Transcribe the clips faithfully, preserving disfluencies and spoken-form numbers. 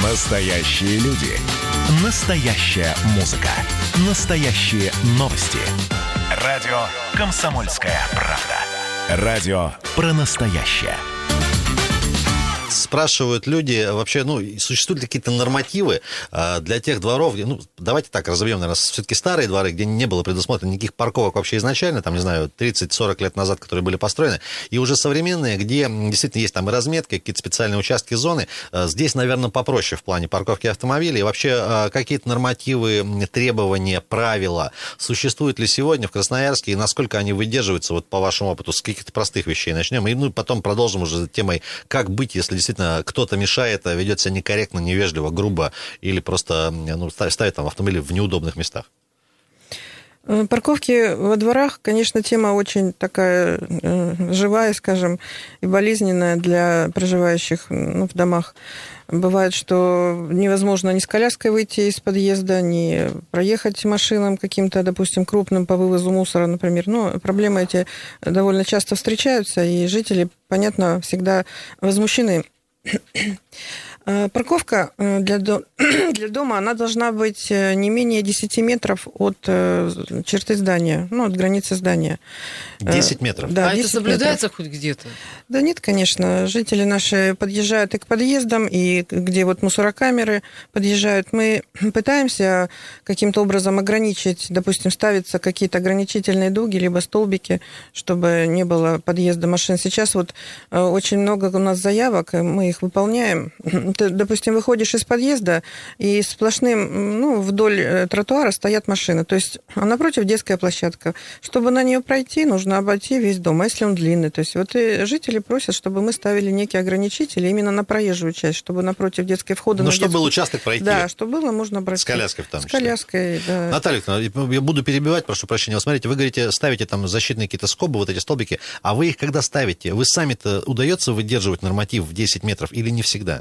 Настоящие люди. Настоящая музыка. Настоящие новости. Радио «Комсомольская правда». Радио про настоящее. Спрашивают люди, вообще, ну, существуют ли какие-то нормативы а, для тех дворов, где, ну, давайте так, разобьем, наверное, все-таки старые дворы, где не было предусмотрено никаких парковок вообще изначально, там, не знаю, тридцать-сорок лет назад, которые были построены, и уже современные, где действительно есть там и разметки, какие-то специальные участки зоны. А, здесь, наверное, попроще в плане парковки автомобилей. И вообще, а, какие-то нормативы, требования, правила существуют ли сегодня в Красноярске, и насколько они выдерживаются, вот по вашему опыту, с каких-то простых вещей начнем, и ну, потом продолжим уже темой, как быть, если действительно кто-то мешает, ведет себя некорректно, невежливо, грубо, или просто ну, ставит там автомобили в неудобных местах. Парковки во дворах, конечно, тема очень такая э, живая, скажем, и болезненная для проживающих ну, в домах. Бывает, что невозможно ни с коляской выйти из подъезда, ни проехать машинам каким-то, допустим, крупным по вывозу мусора, например. Но проблемы эти довольно часто встречаются, и жители, понятно, всегда возмущены. Парковка для, до... для дома, она должна быть не менее десять метров от черты здания, ну, от границы здания. десять метров? Да, а это соблюдается метров. Хоть где-то? Да нет, конечно. Жители наши подъезжают и к подъездам, и где вот мусорокамеры подъезжают. Мы пытаемся каким-то образом ограничить, допустим, ставятся какие-то ограничительные дуги, либо столбики, чтобы не было подъезда машин. Сейчас вот очень много у нас заявок, мы их выполняем. Ты, допустим, выходишь из подъезда, и сплошным, ну, вдоль тротуара стоят машины. То есть, а напротив детская площадка. Чтобы на нее пройти, нужно обойти весь дом, а если он длинный. То есть, вот и жители просят, чтобы мы ставили некие ограничители именно на проезжую часть, чтобы напротив детской входа... Ну, чтобы детскую... был участок пройти. Да, чтобы было, можно брать. С коляской в том числе. С коляской, да. Наталья Викторовна, я буду перебивать, прошу прощения. Вот смотрите, вы говорите, ставите там защитные какие-то скобы, вот эти столбики, а вы их когда ставите? Вы сами-то удается выдерживать норматив в десять метров или не всегда?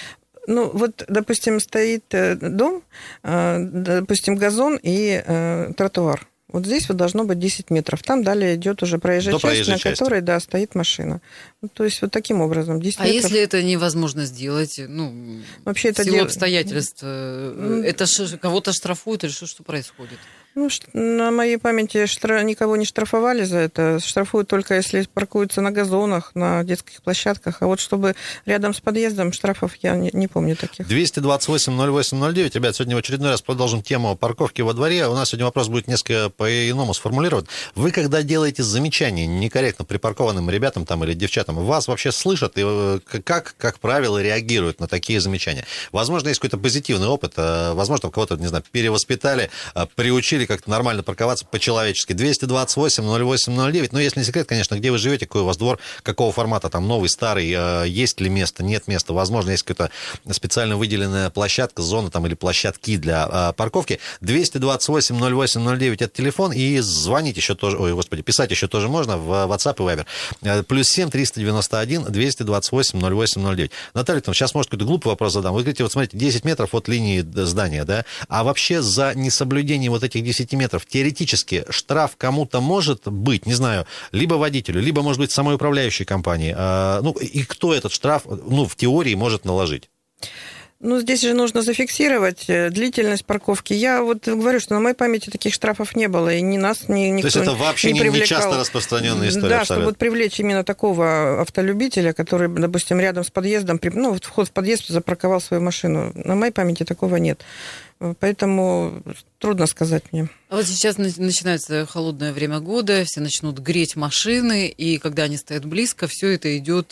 Ну, вот, допустим, стоит дом, допустим, газон и э, тротуар. Вот здесь вот должно быть десять метров. Там далее идет уже проезжая До часть, проезжей на части. которой, да, стоит машина. Ну, то есть вот таким образом. десять а метров. если это невозможно сделать? Ну, вообще это в силу дел... обстоятельств. Это ш... кого-то штрафуют или что, что происходит? Ну, на моей памяти штраф... никого не штрафовали за это. Штрафуют только, если паркуются на газонах, на детских площадках. А вот чтобы рядом с подъездом штрафов я не, не помню таких. двести двадцать восемь ноль восемь ноль девять. Ребят, сегодня в очередной раз продолжим тему парковки во дворе. У нас сегодня вопрос будет несколько по-иному сформулирован. Вы, когда делаете замечания некорректно припаркованным ребятам там, или девчатам, вас вообще слышат и как, как правило, реагируют на такие замечания? Возможно, есть какой-то позитивный опыт. Возможно, кого-то, не знаю, перевоспитали, приучили как-то нормально парковаться по-человечески. двести двадцать восемь ноль восемь ноль девять. Ну, если не секрет, конечно, где вы живете, какой у вас двор, какого формата, там, новый, старый, есть ли место, нет места, возможно, есть какая-то специально выделенная площадка, зона там или площадки для парковки. двести двадцать восемь ноль восемь ноль девять это телефон, и звонить еще тоже, ой, господи, писать еще тоже можно в WhatsApp и Viber. Плюс семь триста девяносто один двести двадцать восемь ноль восемь ноль девять. Наталья, там, сейчас, может, какой-то глупый вопрос задам. Вы говорите, вот смотрите, десять метров от линии здания, да? А вообще за несоблюдение вот этих десяти метров теоретически штраф кому-то может быть, не знаю, либо водителю, либо, может быть, самой управляющей компании. А, ну, и кто этот штраф, ну, в теории может наложить? Ну, здесь же нужно зафиксировать длительность парковки. Я вот говорю, что на моей памяти таких штрафов не было, и ни нас, ни никто не привлекал. То есть это вообще не, не часто распространенная история? Да, чтобы вот привлечь именно такого автолюбителя, который, допустим, рядом с подъездом, ну, вход в подъезд запарковал свою машину. На моей памяти такого нет. Поэтому трудно сказать мне. А вот сейчас начинается холодное время года, все начнут греть машины, и когда они стоят близко, все это идет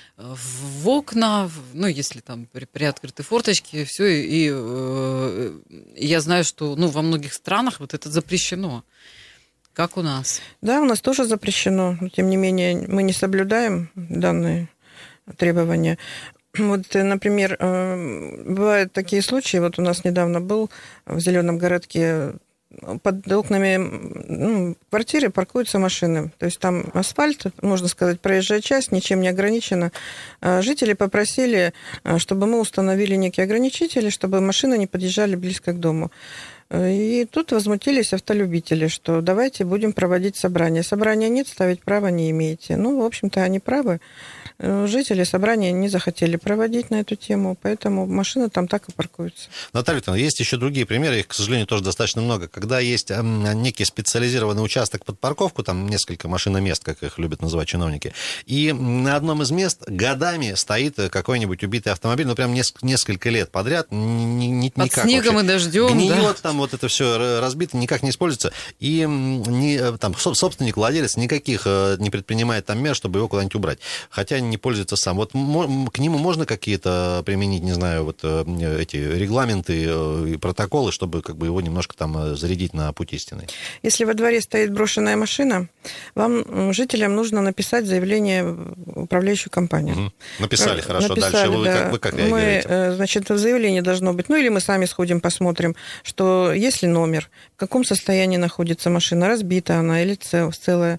в окна, ну, если там при, при открытой форточке, все, и, и э, я знаю, что, ну, во многих странах вот это запрещено. Как у нас? Да, у нас тоже запрещено, но, тем не менее, мы не соблюдаем данные требования. Вот, например, бывают такие случаи, вот у нас недавно был в Зеленом городке, под окнами ну, квартиры паркуются машины. То есть там асфальт, можно сказать, проезжая часть, ничем не ограничена. Жители попросили, чтобы мы установили некие ограничители, чтобы машины не подъезжали близко к дому. И тут возмутились автолюбители, что давайте будем проводить собрание. Собрания нет, ставить право не имеете. Ну, в общем-то, они правы. Жители собрания не захотели проводить на эту тему, поэтому машины там так и паркуются. Наталья Викторовна, есть еще другие примеры, их, к сожалению, тоже достаточно много. Когда есть некий специализированный участок под парковку, там несколько машиномест, как их любят называть чиновники, и на одном из мест годами стоит какой-нибудь убитый автомобиль, ну, прям несколько лет подряд, ни, ни, Под никак снегом вообще. И дождем, гниет, да? Там вот это все разбито, никак не используется, и ни, там, собственник, владелец никаких не предпринимает там мер, чтобы его куда-нибудь убрать, хотя не пользуется сам. Вот к нему можно какие-то применить, не знаю, вот эти регламенты и протоколы, чтобы как бы его немножко там зарядить на путь истинный? Если во дворе стоит брошенная машина, вам, жителям, нужно написать заявление в управляющую компанию. Угу. Написали, хорошо. Написали, дальше вы, да. как, вы как реагируете? Мы, значит, в заявлении должно быть, ну или мы сами сходим, посмотрим, что есть ли номер, в каком состоянии находится машина, разбита она или целая.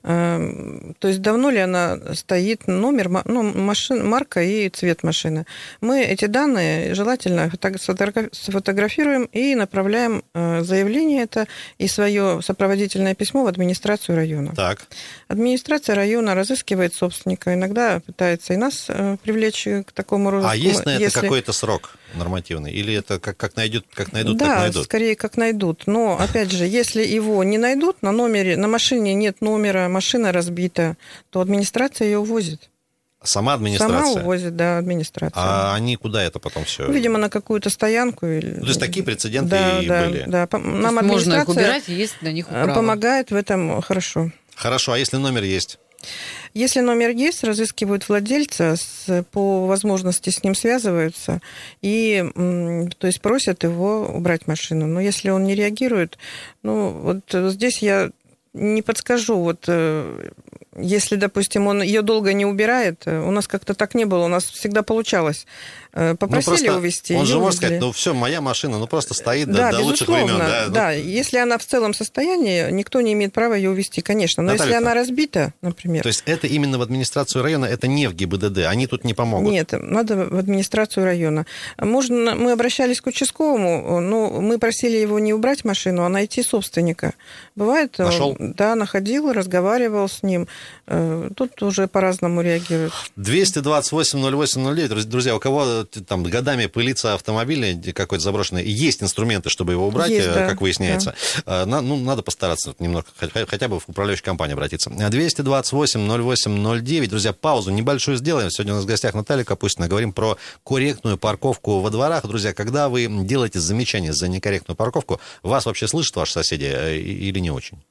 То есть давно ли она стоит, номер, ну, машин, марка и цвет машины. Мы эти данные желательно сфотографируем и направляем заявление это и свое сопроводительное письмо в администрацию района. Так. Администрация района разыскивает собственника, иногда пытается и нас привлечь к такому розыску. А есть на это Если... какой-то срок нормативный? Или это как, как, найдут, как найдут, да, так найдут? Да, скорее как найдут. Но, опять же, если его не найдут, на номере, на машине нет номера, машина разбита, то администрация ее увозит. Сама администрация? Сама увозит, да, администрация. А они куда это потом все? Ну, видимо, на какую-то стоянку. Ну, то есть такие прецеденты да, и да, были? Да, да. Нам администрация можно их убирать, есть на них право. Помогает в этом хорошо. Хорошо, а если номер есть? Если номер есть, разыскивают владельца, с, по возможности с ним связываются и, то есть, просят его убрать машину. Но если он не реагирует, ну, вот здесь я не подскажу, вот если, допустим, он ее долго не убирает, у нас как-то так не было, у нас всегда получалось. Попросили ну, увезти. Он же увезли. может сказать, ну все, моя машина, ну просто стоит да, до, до лучших времен. Да, да. ну... Если она в целом состоянии, никто не имеет права ее увезти, конечно. Но Наталья, если она разбита, например... То есть это именно в администрацию района, это не в ГИБДД, они тут не помогут? Нет, надо в администрацию района. Можно, мы обращались к участковому, но мы просили его не убрать машину, а найти собственника. Бывает... Нашел? Да, находил, разговаривал с ним. Тут уже по-разному реагируют. двести двадцать восемь ноль восемь ноль девять, друзья, у кого там годами пылится автомобиль какой-то заброшенный, есть инструменты, чтобы его убрать, есть, да, как выясняется. Да. На, ну, надо постараться немного, хотя бы в управляющую компанию обратиться. двести двадцать восемь ноль восемь ноль девять, друзья, паузу небольшую сделаем. Сегодня у нас в гостях Наталья Капустина. Говорим про корректную парковку во дворах. Друзья, когда вы делаете замечания за некорректную парковку, вас вообще слышат ваши соседи или не очень?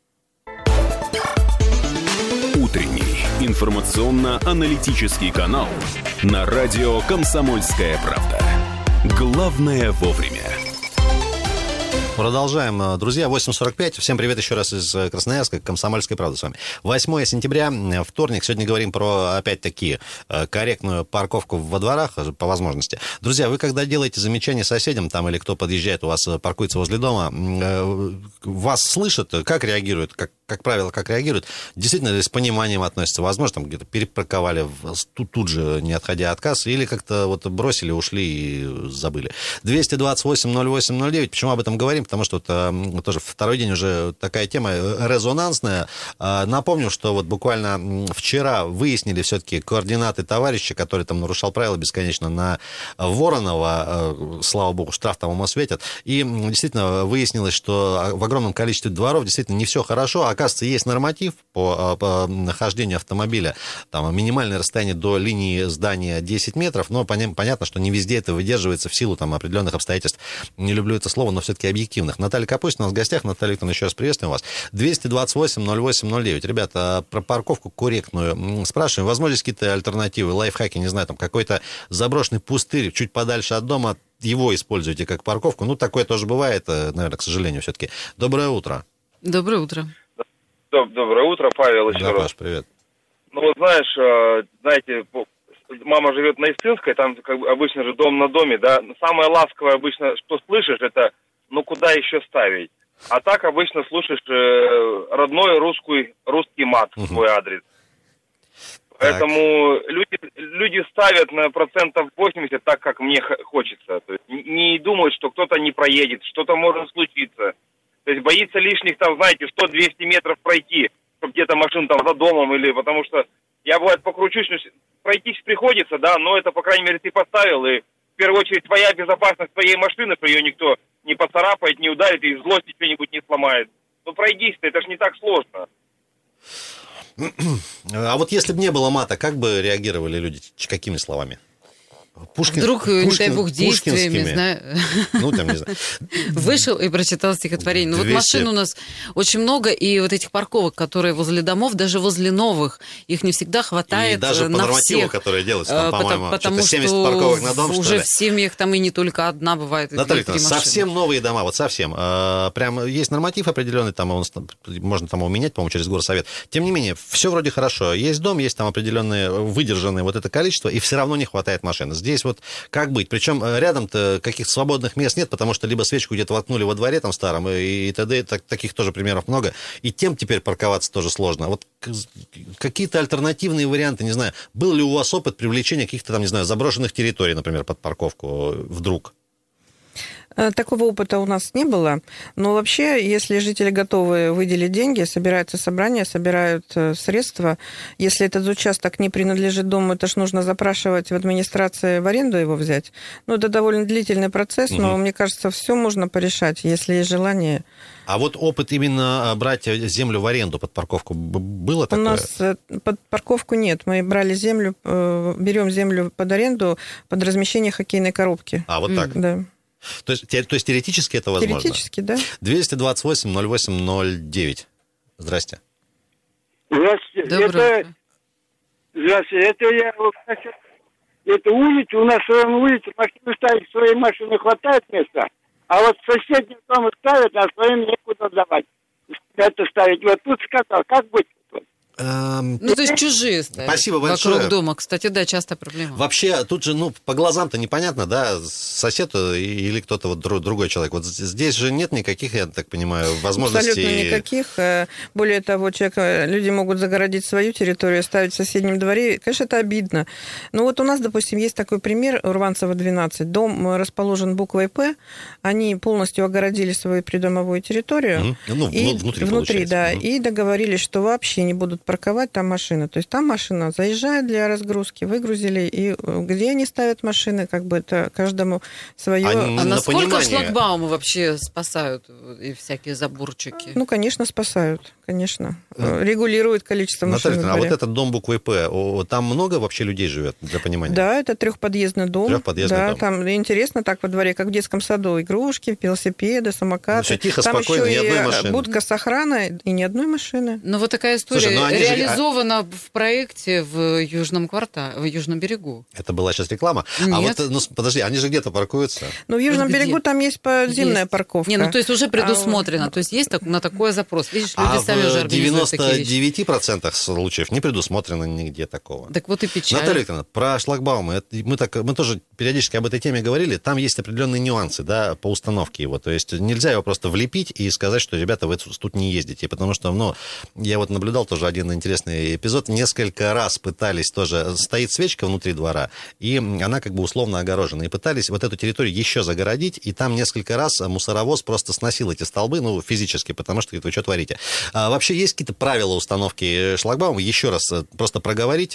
Утренний информационно-аналитический канал на радио «Комсомольская правда». Главное вовремя. Продолжаем, друзья. восемь сорок пять. Всем привет еще раз из Красноярска. «Комсомольская правда» с вами. восьмое сентября, вторник. Сегодня говорим про, опять-таки, корректную парковку во дворах, по возможности. Друзья, вы когда делаете замечания соседям, там, или кто подъезжает, у вас паркуется возле дома, вас слышат, как реагируют, как, как правило, как реагируют? Действительно ли с пониманием относятся? Возможно, там где-то перепарковали, тут, тут же, не отходя от кассы, или как-то вот бросили, ушли и забыли. двести двадцать восемь ноль восемь ноль девять. Почему об этом говорим? Потому что вот, тоже второй день уже такая тема резонансная. Напомню, что вот буквально вчера выяснили все-таки координаты товарища, который там нарушал правила бесконечно на Воронова. Слава богу, штраф там ему светят. И действительно выяснилось, что в огромном количестве дворов действительно не все хорошо. Оказывается, есть норматив по, по нахождению автомобиля. Там минимальное расстояние до линии здания десять метров, но понятно, что не везде это выдерживается в силу там определенных обстоятельств. Не люблю это слово, но все-таки объективно. Наталья Капустина у нас в гостях. Наталья Викторовна, еще раз приветствуем вас. двести двадцать восемь ноль восемь ноль девять. Ребята, про парковку корректную спрашиваем. Возможно, есть какие-то альтернативы, лайфхаки, не знаю, там какой-то заброшенный пустырь чуть подальше от дома, его используйте как парковку. Ну, такое тоже бывает, наверное, к сожалению, все-таки. Доброе утро. Доброе утро. Доброе утро, Павел, еще да, раз. Паш, привет. Ну, вот знаешь, знаете, мама живет на Истинской, там как бы обычно же дом на доме, да. Самое ласковое обычно, что слышишь, это ну куда еще ставить? А так обычно слушаешь э, родной русский, русский мат в свой адрес. Так. Поэтому люди, люди ставят на процентов восемьдесят так, как мне хочется. То есть не не думают, что кто-то не проедет, что-то может случиться. То есть боится лишних, там, знаете, сто-двести метров пройти, чтобы где-то машина там за домом, или потому что я, бывает, покручусь, пройтись приходится, да, но это, по крайней мере, ты поставил, и в первую очередь твоя безопасность твоей машины, что ее никто не поцарапает, не ударит и в злости что-нибудь не сломает. Ну, пройдись-то, это же не так сложно. А вот если бы не было мата, как бы реагировали люди? Какими словами? Пушкин, Вдруг, Пушкин, не дай бог, действиями, знаю. Ну, там, не знаю. Вышел и прочитал стихотворение. Ну, вот машин у нас очень много, и вот этих парковок, которые возле домов, даже возле новых, их не всегда хватает. И даже по нормативу, всех, которые делаются, там, по-моему, потому что семьдесят парковок на дом, уже в семьях там и не только одна бывает. Наталья, совсем новые дома, вот совсем. Прям есть норматив определенный, там можно там его менять, по-моему, через горсовет. Тем не менее, все вроде хорошо. Есть дом, есть там определенное выдержанное вот это количество, и все равно не хватает машин. Здесь вот как быть? Причем рядом-то каких-то свободных мест нет, потому что либо свечку где-то воткнули во дворе там старом, и, и т.д. Так, таких тоже примеров много. И тем теперь парковаться тоже сложно. Вот какие-то альтернативные варианты, не знаю. Был ли у вас опыт привлечения каких-то там, не знаю, заброшенных территорий, например, под парковку вдруг? Такого опыта у нас не было, но вообще, если жители готовы выделить деньги, собирается собрание, собирают средства. Если этот участок не принадлежит дому, это ж нужно запрашивать в администрации в аренду его взять. Ну, это довольно длительный процесс, но, угу. мне кажется, все можно порешать, если есть желание. А вот опыт именно брать землю в аренду под парковку было такое? У нас под парковку нет. Мы брали землю, берем землю под аренду под размещение хоккейной коробки. А, вот так? Да. То есть, то есть теоретически это возможно? Теоретически, да. двести двадцать восемь ноль восемь ноль девять. Здрасте. Здравствуйте. Доброе это... Здравствуйте. Это я... Это улица, у нас в улице машины ставить, своей машины хватает места, а вот соседний дом ставят, а своим некуда давать. Это ставить. Вот тут сказал, как быть? Ну, то есть чужие ставят. Спасибо большое. Вокруг дома. Кстати, да, часто проблема. Вообще, тут же, ну, по глазам-то непонятно, да, сосед или кто-то вот другой человек. Вот здесь же нет никаких, я так понимаю, возможностей... Абсолютно никаких. Более того, человек, люди могут загородить свою территорию, ставить в соседнем дворе. Конечно, это обидно. Ну, вот у нас, допустим, есть такой пример, Урванцева, двенадцать. Дом расположен буквой «П». Они полностью огородили свою придомовую территорию. Mm-hmm. Ну, и внутри, внутри, да. Mm-hmm. И договорились, что вообще не будут парковать там машины. То есть там машина заезжает для разгрузки, выгрузили, и где они ставят машины, как бы это каждому свое. А, а насколько понимание... шлагбаумы вообще спасают и всякие заборчики? Ну, конечно, спасают, конечно. Регулируют количество машин. Наталья, а вот этот дом буквы «П», там много вообще людей живет, для понимания? Да, это трехподъездный дом. Трехподъездный да, дом. Там интересно так во дворе, как в детском саду. Игрушки, велосипеды, самокаты. Ну, все тихо, там спокойно, еще ни одной и машины. Будка с охраной, и ни одной машины. Ну, вот такая история. Слушай, ну, реализована же... в проекте в Южном квартале, в Южном берегу. Это была сейчас реклама? Нет. А вот, ну, подожди, они же где-то паркуются? Ну, в Южном Где? берегу там есть подземная есть. парковка. Не, ну, то есть уже предусмотрено. А, то есть есть так, на такой запрос. Видишь, люди а сами уже в организуют такие вещи. девяноста девяти процентах случаев не предусмотрено нигде такого. Так вот и печаль. Наталья Викторовна, про шлагбаумы. Это, мы, так, мы тоже периодически об этой теме говорили. Там есть определенные нюансы, да, по установке его. То есть нельзя его просто влепить и сказать, что, ребята, вы тут не ездите. Потому что, ну, я вот наблюдал тоже один интересный эпизод. Несколько раз пытались тоже... Стоит свечка внутри двора, и она как бы условно огорожена. И пытались вот эту территорию еще загородить, и там несколько раз мусоровоз просто сносил эти столбы, ну, физически, потому что, вы что творите? А вообще есть какие-то правила установки шлагбаума? Еще раз просто проговорить.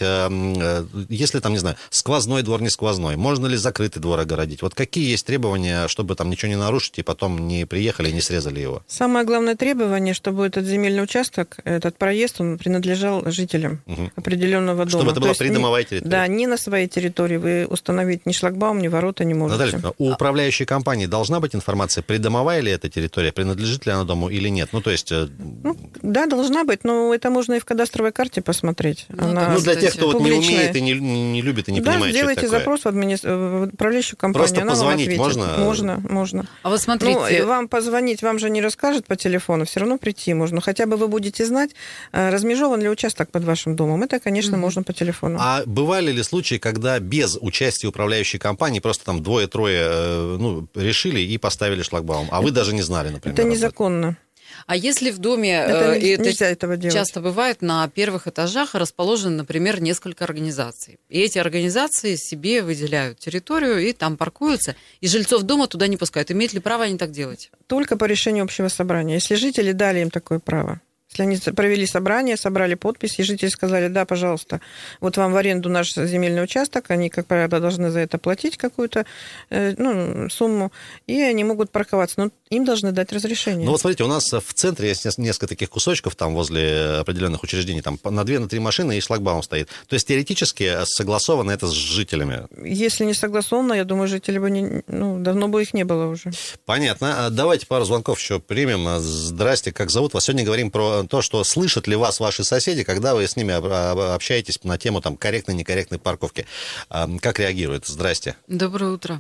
Если там, не знаю, сквозной двор, не сквозной, можно ли закрытый двор огородить? Вот какие есть требования, чтобы там ничего не нарушить, и потом не приехали и не срезали его? Самое главное требование, чтобы этот земельный участок, этот проезд, он принадлежал жителям угу. определенного дома. Чтобы это была То придомовая территория. Да, не на своей территории вы установить ни шлагбаум, ни ворота не можете. Наталья, у управляющей компании должна быть информация, придомовая ли эта территория, принадлежит ли она дому или нет? Ну, то есть... Ну, да, должна быть, но это можно и в кадастровой карте посмотреть. Ну, она ну для тех, кто вот не публичная. умеет и не, не любит и не да, понимает, что это такое. сделайте запрос в, админи... в управляющую компанию, Просто она позвонить вам ответит. можно? Можно, можно. А вот смотрите... Ну, вам позвонить, вам же не расскажут по телефону, все равно прийти можно. Хотя бы вы будете знать, размежован ли участок под вашим домом. Это, конечно, mm-hmm. можно по телефону. А бывали ли случаи, когда без участия управляющей компании просто там двое-трое ну, решили и поставили шлагбаум, а вы даже не знали, например? Это незаконно. А если в доме, Это э, и это нельзя этого делать. часто бывает, на первых этажах расположено, например, несколько организаций. И эти организации себе выделяют территорию и там паркуются, и жильцов дома туда не пускают. Имеют ли право они так делать? Только по решению общего собрания. Если жители дали им такое право. Если они провели собрание, собрали подписи, и жители сказали, да, пожалуйста, вот вам в аренду наш земельный участок, они, как правило, должны за это платить какую-то э, ну, сумму, и они могут парковаться, но им должны дать разрешение. Ну вот смотрите, у нас в центре есть несколько таких кусочков, там возле определенных учреждений, там на две, на три машины и шлагбаум стоит. То есть теоретически согласовано это с жителями? Если не согласовано, я думаю, жители бы не, ну, давно бы их не было уже. Понятно. Давайте пару звонков еще примем. Здрасте, как зовут вас? Сегодня говорим про то, что слышат ли вас ваши соседи, когда вы с ними общаетесь на тему там корректной, некорректной парковки. Как реагируют? Здрасте. Доброе утро.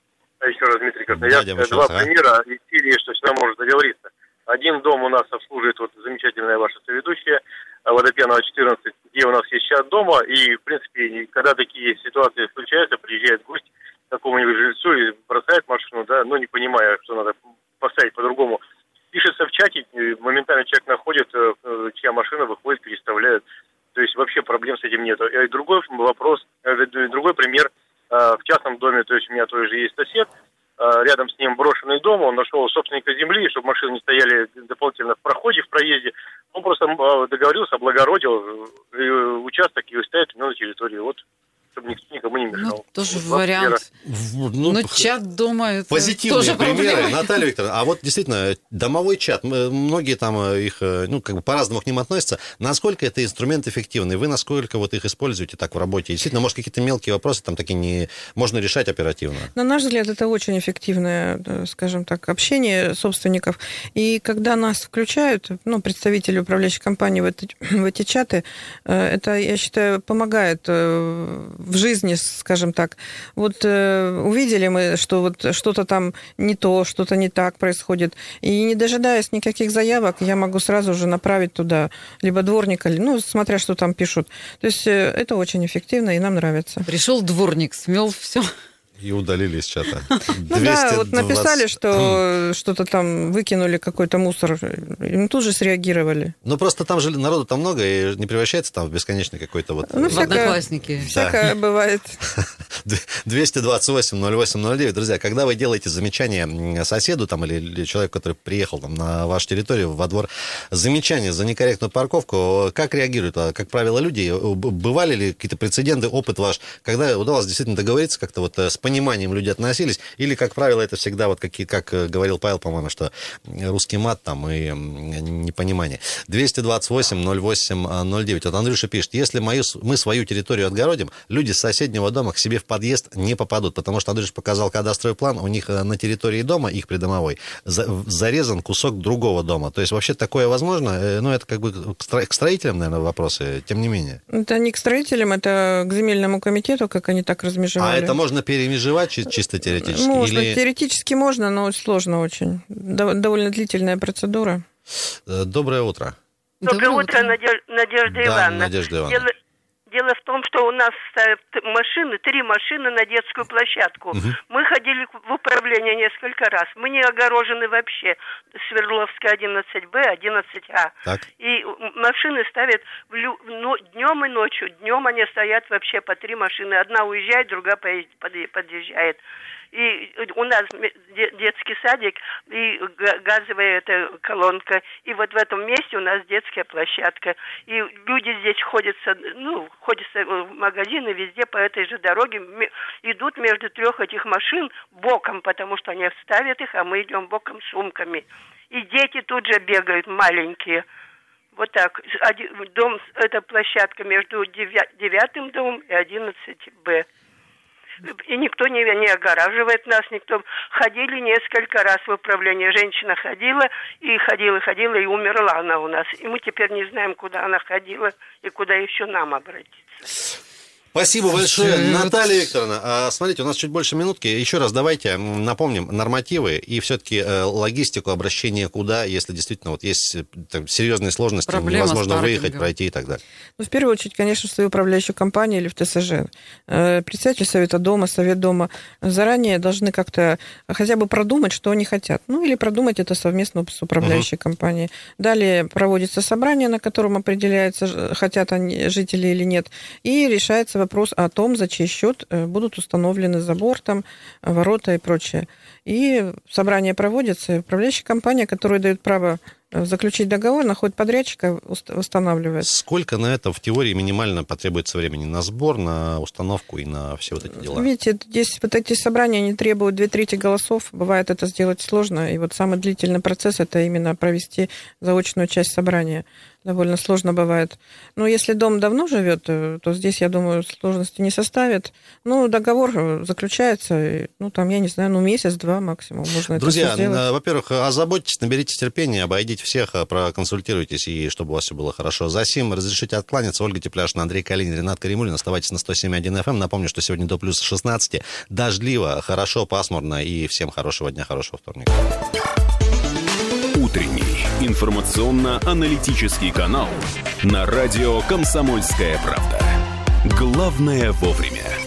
Еще раз, Дмитрий Да, Красноярский. Два ага. примера из серии, что всегда может договориться. Один дом у нас обслуживает вот замечательная ваша соведущая, Водопьянова, четырнадцать, где у нас есть чат дома, и, в принципе, когда такие ситуации случаются, приезжает гость к какому-нибудь жильцу и бросает машину, да, ну, не понимая, что надо поставить по-другому. Пишется в чате, моментально человек находит, чья машина выходит, переставляют. То есть вообще проблем с этим нет. И другой вопрос, другой пример, в частном доме, то есть у меня тоже есть сосед, рядом с ним брошенный дом, он нашел собственника земли, чтобы машины не стояли дополнительно в проходе, в проезде. Он просто договорился, облагородил участок и ставит на территории. Вот, чтобы никто никому не мешал. Ну, тоже вот вариант. Ну, Но чат дома это позитивные тоже примеры, проблема. Наталья Викторовна. А вот действительно, домовой чат, многие там их, ну, как бы по-разному к ним относятся. Насколько это инструмент эффективный? Вы насколько вот их используете так в работе? Действительно, может, какие-то мелкие вопросы там такие не можно решать оперативно? На наш взгляд, это очень эффективное, скажем так, общение собственников. И когда нас включают, ну, представители управляющей компании в эти, в эти чаты, это, я считаю, помогает в жизни, скажем так. Вот увидели мы, что вот что-то там не то, что-то не так происходит. И не дожидаясь никаких заявок, я могу сразу же направить туда либо дворника, ну, смотря что там пишут. То есть это очень эффективно и нам нравится. Пришел дворник, смел все. И удалили из чата. Ну да, вот написали, что что-то там выкинули, какой-то мусор, и тут же среагировали. Ну, просто там же народу там много, и не превращается там в бесконечный какой-то вот... Ну, В всякое, Одноклассники. всякое бывает. двести двадцать восемь ноль восемь ноль девять. Друзья, когда вы делаете замечание соседу там, или, или человеку, который приехал там, на вашу территорию, во двор, замечание за некорректную парковку, как реагируют? Как правило, люди? Бывали ли какие-то прецеденты, опыт ваш, когда удалось действительно договориться как-то вот с пониманием люди относились, или, как правило, это всегда, вот какие, как говорил Павел, по-моему, что русский мат там и непонимание. двести двадцать восемь ноль восемь ноль девять. Вот Андрюша пишет, если мою, мы свою территорию отгородим, люди с соседнего дома к себе в подъезд не попадут, потому что Андрюша показал кадастровый план, у них на территории дома, их придомовой, за, зарезан кусок другого дома. То есть вообще такое возможно? Ну, это как бы к строителям, наверное, вопросы, тем не менее. Это не к строителям, это к земельному комитету, как они так размежевали. А это можно перемежевать чисто теоретически? Можно, или... теоретически можно, но сложно очень. Довольно длительная процедура. Доброе утро. Доброе, Доброе утро, утро. Надеж... Надежда да, Ивановна. Надежда Ивановна. Дело... Дело в том, что у нас ставят машины, три машины на детскую площадку. Угу. Мы ходили в управление несколько раз. Мы не огорожены вообще. Свердловская одиннадцать Б, одиннадцать А. Так. И машины ставят в лю... ну, днем и ночью. Днем они стоят вообще по три машины. Одна уезжает, другая подъезжает. И у нас детский садик и газовая эта колонка. И вот в этом месте у нас детская площадка. И люди здесь ходят, ну, ходят в магазины везде по этой же дороге. Идут между трех этих машин боком, потому что они вставят их, а мы идем боком с сумками. И дети тут же бегают маленькие. Вот так. Дом, это площадка между девятым домом и одиннадцать Б. И никто не, не огораживает нас, никто. Ходили несколько раз в управление. Женщина ходила, и ходила, ходила, и умерла она у нас. И мы теперь не знаем, куда она ходила, и куда еще нам обратиться. Спасибо большое, Слушай, Наталья Викторовна. А, смотрите, у нас чуть больше минутки. Еще раз давайте напомним нормативы и все-таки э, логистику обращения куда, если действительно вот есть там, серьезные сложности, Проблема невозможно с выехать, паркингом. пройти и так далее. Ну, в первую очередь, конечно, в свою управляющую компанию или в ТСЖ. Э, Председатель совета дома, совет дома заранее должны как-то хотя бы продумать, что они хотят. Ну, или продумать это совместно с управляющей uh-huh. компанией. Далее проводится собрание, на котором определяется, хотят они жители или нет, и решается вопрос о том, за чей счет будут установлены забор, там, ворота и прочее. И собрание проводится, и управляющая компания, которая дает право заключить договор, находит подрядчика, устанавливает. Сколько на это в теории минимально потребуется времени? На сбор, на установку и на все вот эти дела? Видите, здесь вот эти собрания, они требуют две трети голосов. Бывает это сделать сложно. И вот самый длительный процесс – это именно провести заочную часть собрания. Довольно сложно бывает. Но если дом давно живет, то здесь, я думаю, сложности не составит. Ну, договор заключается, ну, там, я не знаю, ну, месяц-два максимум. Можно Друзья, это сделать. Во-первых, озаботьтесь, наберитесь терпения, обойдите всех, проконсультируйтесь, и чтобы у вас все было хорошо. За сим разрешите откланяться. Ольга Тепляшина, Андрей Калинин, Ренат Каримулин. Оставайтесь на сто семь и один эф эм. Напомню, что сегодня до плюс шестнадцати. Дождливо, хорошо, пасмурно. И всем хорошего дня, хорошего вторника. Утренний информационно-аналитический канал на радио «Комсомольская правда». Главное вовремя.